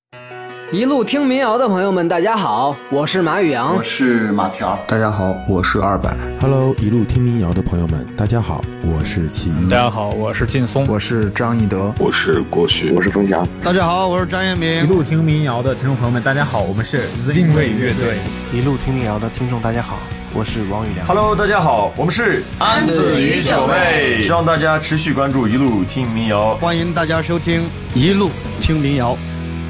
一路听民谣的朋友们大家好，我是马宇阳， 我是马条， 大家好，我是200。 Hello， 一路听民谣的朋友们大家好，我是启一。 大家好，我是劲松， 我是张义德， 我是郭旭， 我是冯翔。 大家好，我是张彦明。 一路听民谣的听众朋友们大家好，我们是 Zinway 乐队。 一路听民谣的听众大家好，我是王宇良。 Hello， 大家好，我们是安子与九妹， 希望大家持续关注一路听民谣， 欢迎大家收听一路听民谣。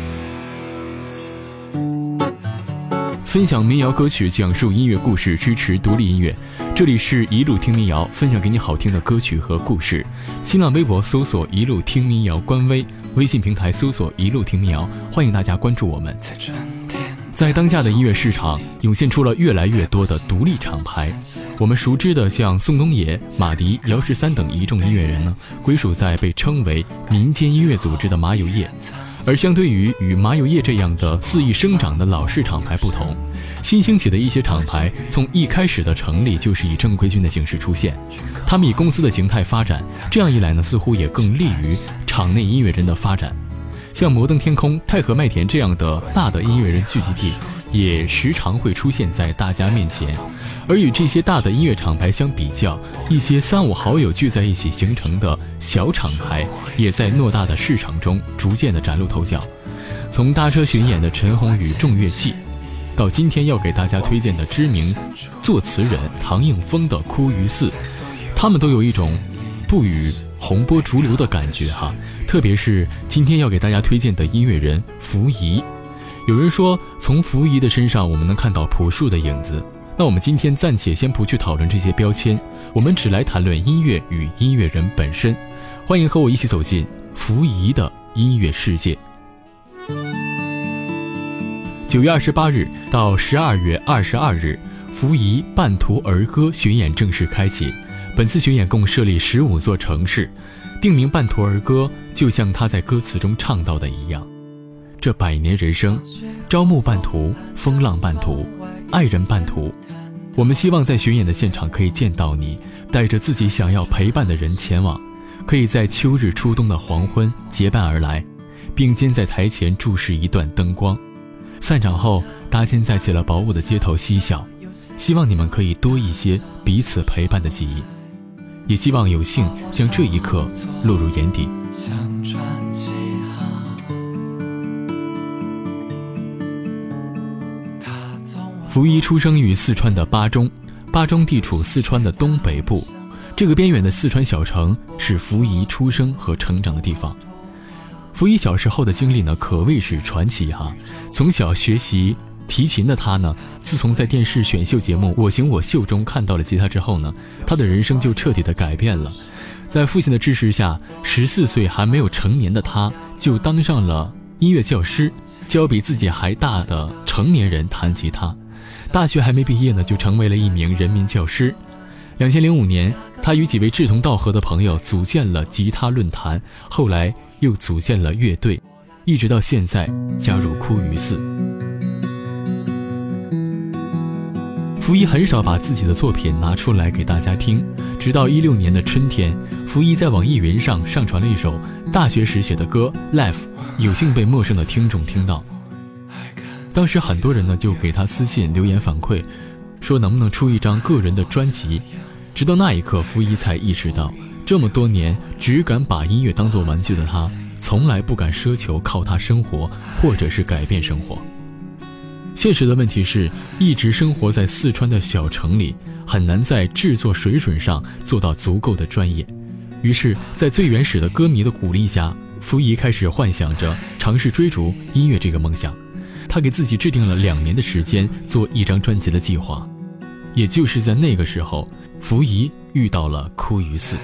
分享民谣歌曲，讲述音乐故事，支持独立音乐。这里是一路听民谣，分享给你好听的歌曲和故事。新浪微博搜索一路听民谣官微，微信平台搜索一路听民谣，欢迎大家关注我们。在当下的音乐市场，涌现出了越来越多的独立厂牌。我们熟知的像宋冬野、马迪、姚十三等一众音乐人呢，归属在被称为民间音乐组织的马友业。而相对于与马友业这样的肆意生长的老式厂牌不同，新兴起的一些厂牌从一开始的成立就是以正规军的形式出现，他们以公司的形态发展，这样一来呢，似乎也更利于场内音乐人的发展。像摩登天空、太和麦田这样的大的音乐人聚集地也时常会出现在大家面前。而与这些大的音乐厂牌相比较，一些3、5好友聚在一起形成的小厂牌也在偌大的市场中逐渐的崭露头角。从搭车巡演的陈鸿宇重乐器，到今天要给大家推荐的知名作词人唐映枫的枯鱼寺，他们都有一种不与洪波逐流的感觉哈。特别是今天要给大家推荐的音乐人福仪，有人说从福仪的身上我们能看到朴树的影子。那我们今天暂且先不去讨论这些标签，我们只来谈论音乐与音乐人本身。欢迎和我一起走进福仪的音乐世界。9月28日到12月22日，福仪半途儿歌巡演正式开启。本次巡演共设立15座城市，定名半途儿歌，就像他在歌词中唱到的一样，这100年人生，朝暮半途，风浪半途，爱人半途。我们希望在巡演的现场可以见到你，带着自己想要陪伴的人前往，可以在秋日初冬的黄昏结伴而来，并肩在台前注视一段灯光。散场后，搭肩在起了薄雾的街头嬉笑，希望你们可以多一些彼此陪伴的记忆，也希望有幸将这一刻落入眼底。福仪出生于四川的巴中，巴中地处四川的东北部，这个边远的四川小城是福仪出生和成长的地方。福仪小时候的经历呢，可谓是传奇哈。从小学习提琴的他呢，自从在电视选秀节目《我行我秀》中看到了吉他之后呢，他的人生就彻底的改变了。在父亲的支持下，14岁还没有成年的他就当上了音乐教师，教比自己还大的成年人弹吉他。大学还没毕业呢，就成为了一名人民教师。2005年，他与几位志同道合的朋友组建了吉他论坛，后来又组建了乐队，一直到现在加入枯鱼寺。福仪很少把自己的作品拿出来给大家听，直到16年的春天，福仪在网易云上上传了一首大学时写的歌《Life》，有幸被陌生的听众听到。当时很多人呢就给他私信留言反馈，说能不能出一张个人的专辑。直到那一刻，福仪才意识到，这么多年只敢把音乐当作玩具的他，从来不敢奢求靠它生活，或者是改变生活。现实的问题是，一直生活在四川的小城里，很难在制作水准上做到足够的专业。于是在最原始的歌迷的鼓励下，福仪开始幻想着尝试追逐音乐这个梦想。他给自己制定了2年的时间做一张专辑的计划。也就是在那个时候，福仪遇到了枯鱼寺。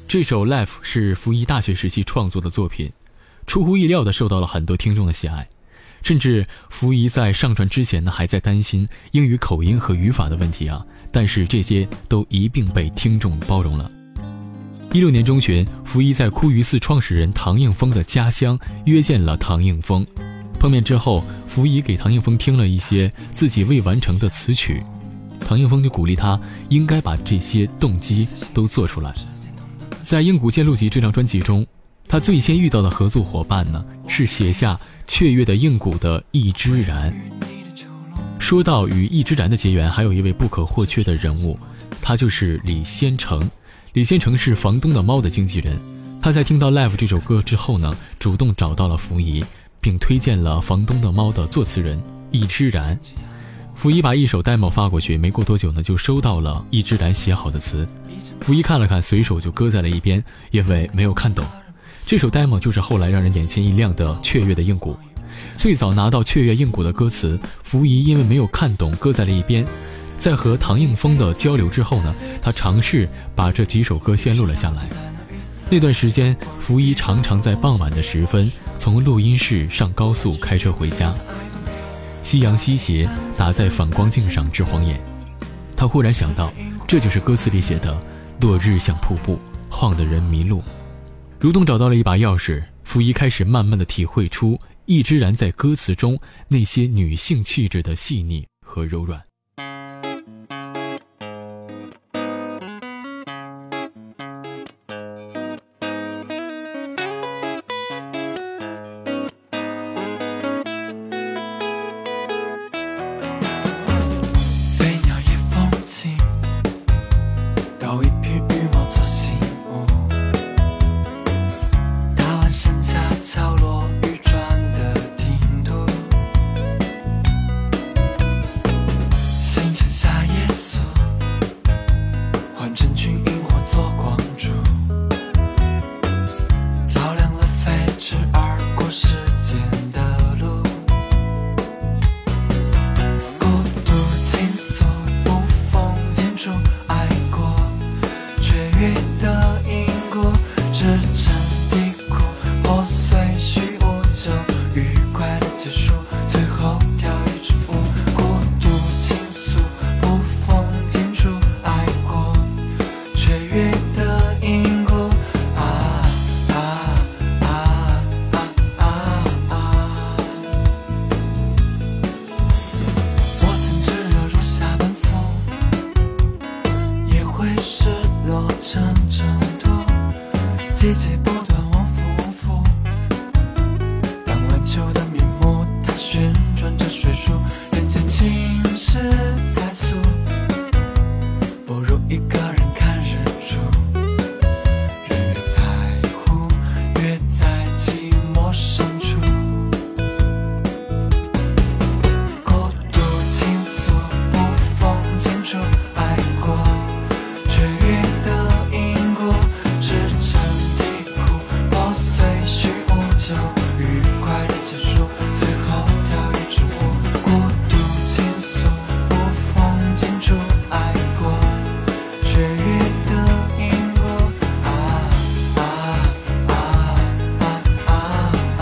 这首 Life 是福一大学时期创作的作品，出乎意料地受到了很多听众的喜爱，甚至福一在上传之前呢，还在担心英语口音和语法的问题啊，但是这些都一并被听众包容了。16年中旬，福一在枯鱼寺创始人唐应峰的家乡约见了唐应峰。碰面之后，福一给唐应峰听了一些自己未完成的词曲，唐应峰就鼓励他应该把这些动机都做出来。在《鹰谷剑录集》这张专辑中，他最先遇到的合作伙伴呢，是写下《雀跃的硬骨》的易之然。说到与易之然的结缘，还有一位不可或缺的人物，他就是李先成。李先成是房东的猫的经纪人，他在听到 Live 这首歌之后呢，主动找到了福一，并推荐了房东的猫的作词人易之然。福一把一首 demo 发过去，没过多久呢，就收到了易之然写好的词。福一看了看，随手就搁在了一边，因为没有看懂。这首 demo 就是后来让人眼前一亮的《雀跃的硬骨》。最早拿到《雀跃硬骨》的歌词，福一因为没有看懂，搁在了一边。在和唐应峰的交流之后呢，他尝试把这几首歌先录了下来。那段时间，福一常常在傍晚的时分从录音室上高速开车回家。夕阳西斜，打在反光镜上直晃眼。他忽然想到，这就是歌词里写的“落日像瀑布，晃得人迷路”。如同找到了一把钥匙，福一开始慢慢地体会出易之然在歌词中那些女性气质的细腻和柔软。 季节不断往复，当晚秋的面目，它旋转着水树，人间情事太俗，不如一个人看日出。人越在乎，越在寂寞深处。孤独倾诉，不风景处爱过，雀跃的因果，是真。就愉快的结束，最后跳一支舞，孤独倾诉，不风景处爱过，雀跃的因果啊啊啊啊啊啊！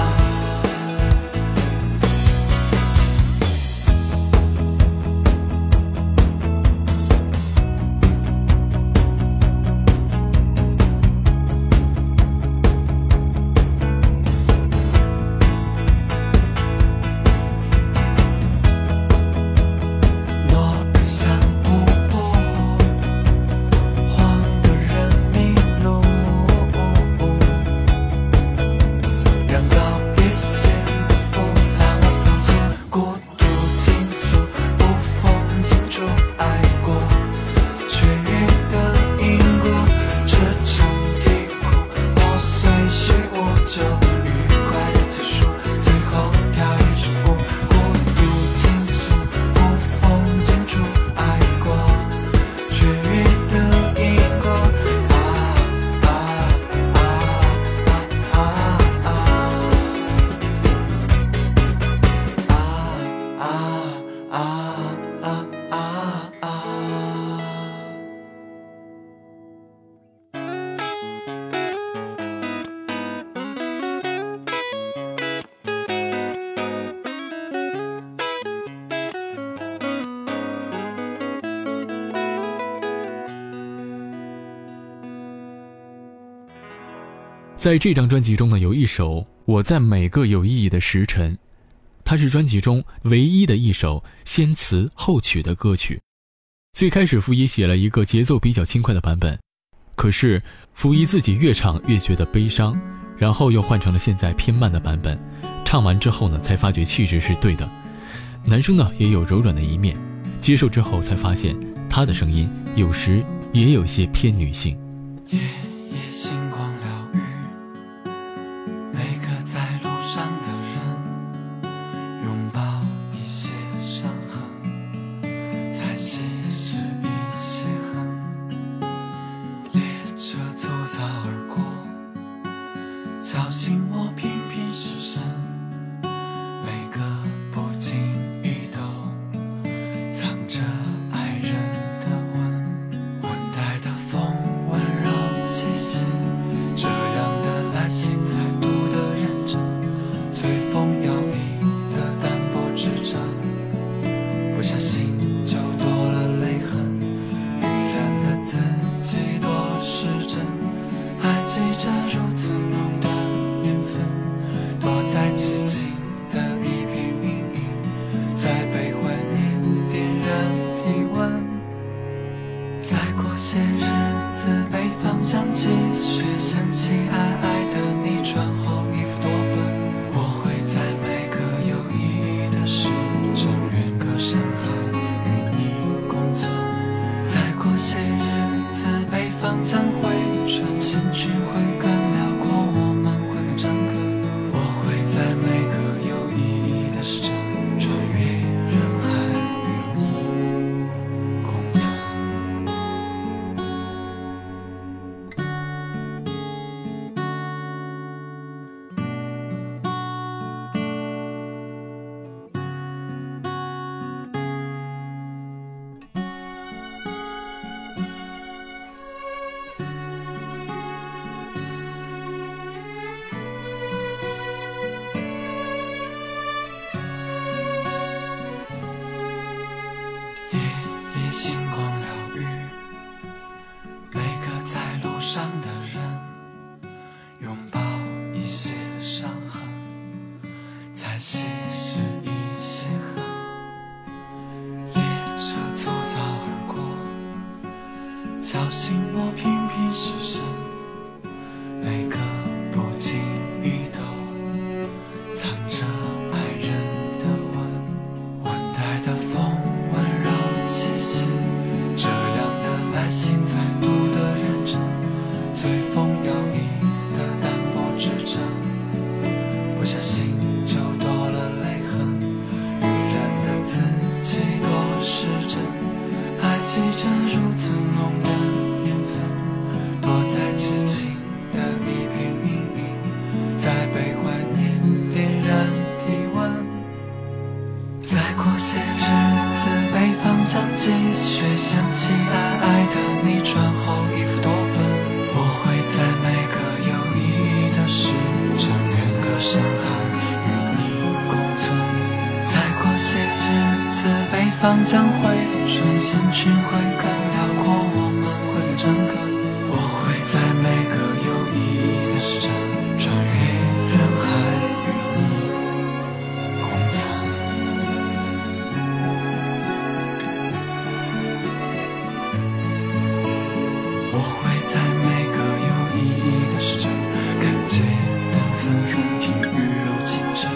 在这张专辑中呢，有一首《我在每个有意义的时辰》，它是专辑中唯一的一首先词后曲的歌曲。最开始福仪写了一个节奏比较轻快的版本，可是福仪自己越唱越觉得悲伤，然后又换成了现在偏慢的版本。唱完之后呢，才发觉气质是对的。男生呢也有柔软的一面，接受之后才发现他的声音有时也有些偏女性。 夜夜星光疗愈每个在路上的人，拥抱一些伤痕，才稀释一些恨。列车粗糙而过，叫醒我频频失神，每个不经意都藏着爱人的吻，温带的风温柔气息，这样的来信才读得认真，随风摇曳的单薄纸张，不小心就多了泪痕，晕染的自己多失真，还记着如此浓的缘分，躲在寂静的一片阴影，在被怀念点燃体温。再过些日子，北方响起，雪想起爱爱的你，穿厚衣服多笨。我会在每个有意义的时辰，远隔山海与你共存。再过些日子，北方将回春，心绪会更辽阔，我们会更长歌。我会在每个有意义的时辰，穿越人海与你共存。夜夜星光疗愈每个在路上的人，拥抱一些伤痕，才稀释一些恨。列车粗糙而过，叫醒我频频失神，每个不经意都藏着爱人的吻，温带的风温柔气息，这样的来信才读得认真，随风摇曳的单薄纸张，不小心就多了泪痕，晕染的自己多失真，还记着如此浓的缘分，躲在寂静的一片阴影，在被怀念点燃体温。再过些日子，北方将起，雪想起爱爱的你，穿厚衣服多笨。我会在每个有意义的时辰，远隔山海与你共存。再过些日子，北方将回春，心绪会更辽阔，我们会更长歌。我会在每个有意义的时辰，穿越人海与你共存。我会在每个有意义的时辰，看街灯纷纷，听雨露清晨。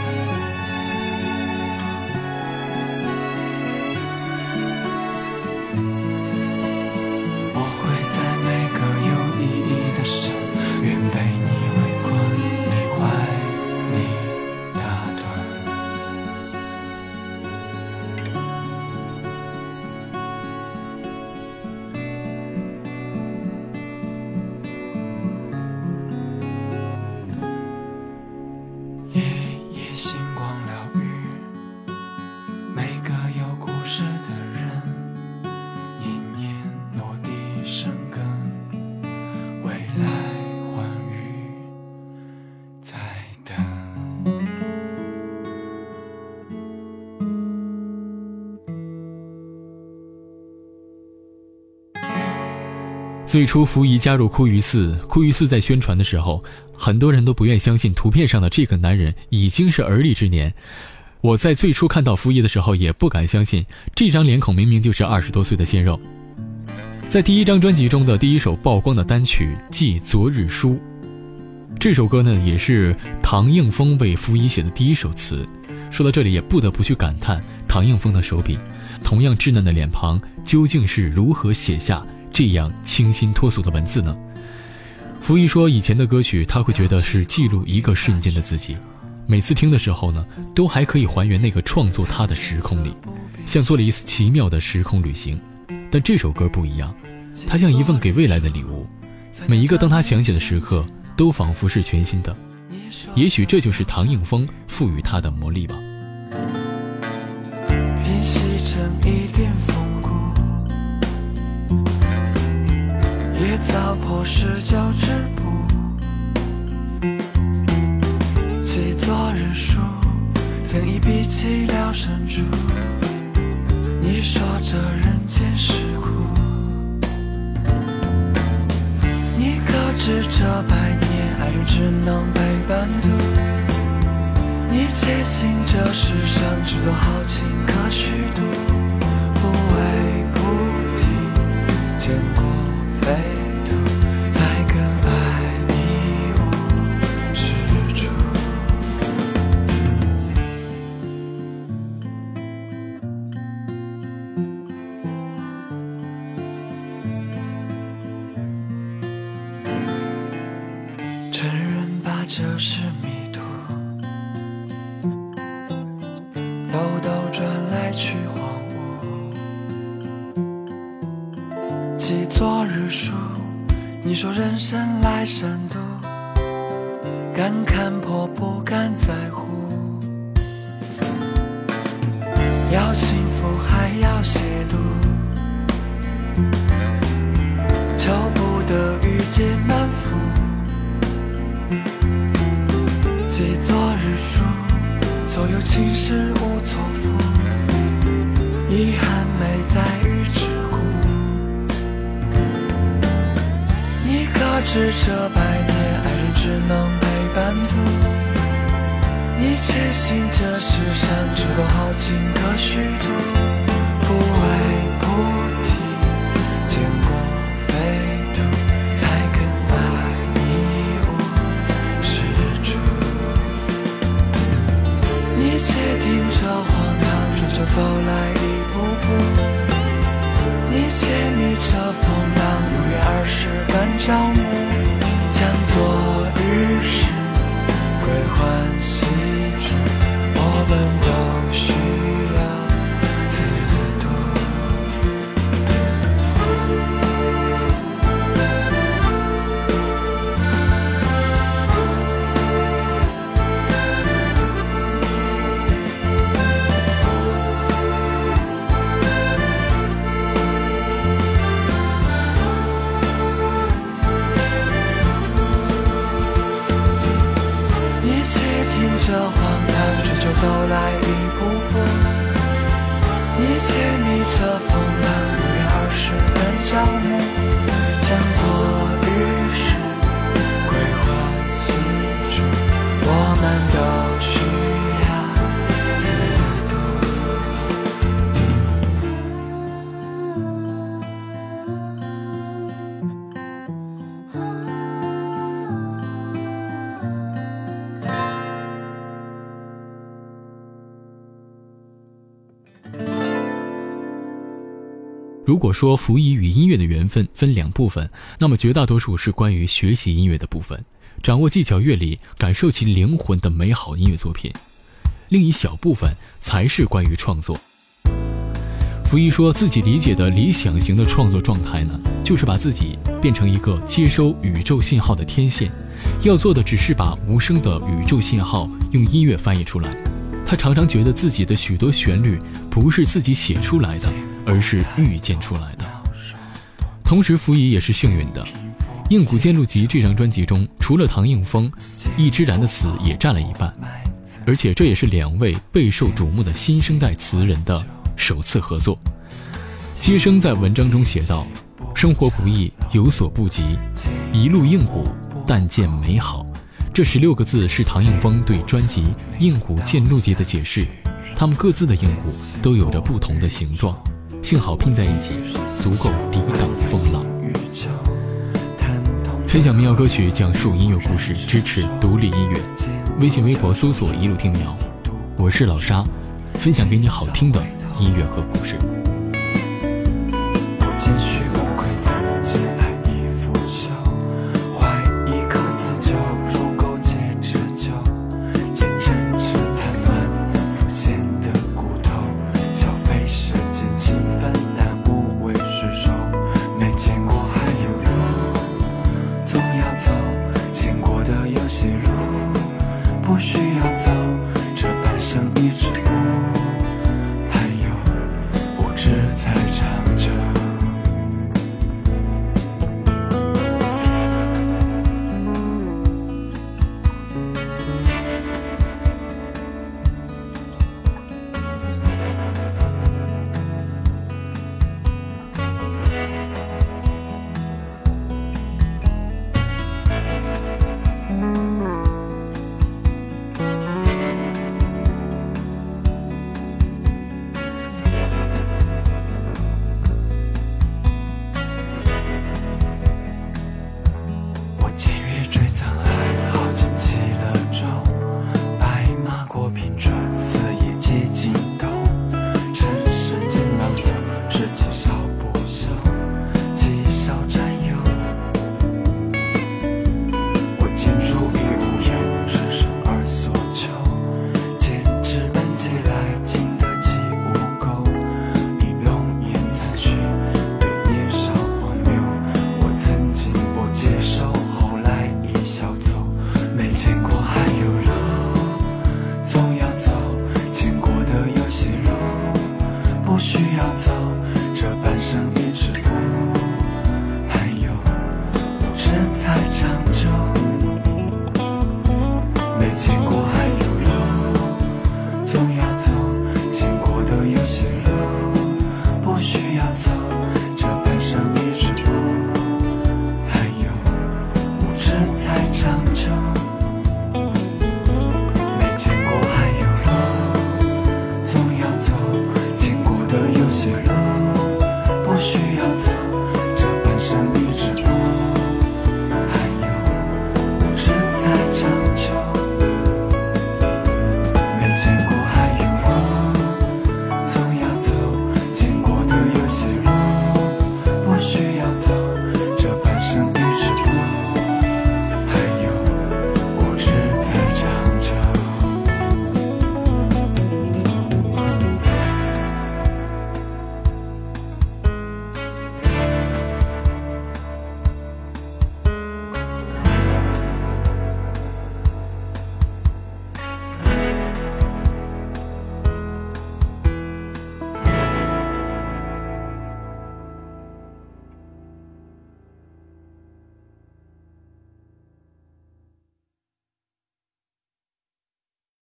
我会在每个有意义的时辰，愿被你围困，你怀，你打盹。夜夜星光疗愈每个有故事的人，一念落地生根，未来欢愉在等。 最初溥仪加入哭于寺在宣传的时候，很多人都不愿相信图片上的这个男人已经是而立之年。我在最初看到溥仪的时候也不敢相信，这张脸孔明明就是20多岁的鲜肉。在第一张专辑中的第一首曝光的单曲《记昨日书》，这首歌呢也是唐映枫为溥仪写的第一首词。说到这里也不得不去感叹唐映枫的手笔，同样稚嫩的脸庞究竟是如何写下这样清新脱俗的文字呢？溥仪说以前的歌曲他会觉得是记录一个瞬间的自己，每次听的时候呢都还可以还原那个创作他的时空里，像做了一次奇妙的时空旅行。但这首歌不一样，它像一份给未来的礼物，每一个当他想起的时刻都仿佛是全新的。也许这就是唐映枫赋予他的魔力吧。 平息成一点风骨，也早破19之步，记昨日书，曾一笔记了深处。你说这人间世苦，你可知这100年爱人只能陪伴度？你坚信这世上只多好情可虚度，不为不提，见过飞度，才更爱你无是处。承认吧，这是迷途，兜兜转来去荒芜。记昨日书，你说人生来善妒，敢看破不敢在乎。要幸福还要亵渎，求不得遇见满腹。记昨日书，所有情事无错付，遗憾没在于桎梏。你可知这100年爱人只能陪伴度？你坚信这世上只多好情可虚度，不为不提，见过飞度，才更爱你无是处。你且听这荒唐春秋走来一步步，你且迷这风浪永远20般朝暮，将昨日事归还细处，我们都需要自渡。你且听这荒唐春秋走来一步步，你且迷这风浪永远20般朝暮，将昨日事归还细处，我们都需要自渡。 如果说溥仪与音乐的缘分分2部分，那么绝大多数是关于学习音乐的部分，掌握技巧乐理，感受其灵魂的美好音乐作品。另一小部分才是关于创作。溥仪说自己理解的理想型的创作状态呢，就是把自己变成一个接收宇宙信号的天线，要做的只是把无声的宇宙信号用音乐翻译出来。他常常觉得自己的许多旋律不是自己写出来的，而是遇见出来的。同时溥仪也是幸运的，《硬骨剑录集》这张专辑中，除了唐映枫，易之然的词也占了一半，而且这也是2位备受瞩目的新生代词人的首次合作。接生在文章中写道， 生活不易，有所不及，一路硬骨，但见美好。这16个字是唐映枫对专辑《硬骨见路记》的解释，他们各自的硬骨都有着不同的形状，幸好拼在一起，足够抵挡风浪。分享民谣歌曲，讲述音乐故事，支持独立音乐。微信微博搜索一路听民谣，我是老沙，分享给你好听的音乐和故事。 我谦虚无愧，曾经爱已腐朽，怀一颗自救，入沟皆持久，见真挚贪婪浮现的骨头，消费时间勤奋，但无谓失手，没见过还有路，总要走，见过的有些路不需要走，这半生一直不，还有无知才长久。僭越追沧海，豪情起了舟，白马过平川，四野皆尽头。尘世间浪走，知己少不休，极少占有。我见诸于无有，只生而所求，见纸板借来，经得起污垢。以龙颜残雪，对年少荒谬，我曾经不接受。小走，没见过还有路，总要走，见过的有些路不需要走，这半生一直不，还有无知才长久。没见过还有路，总要走，见过的有些路不需要走。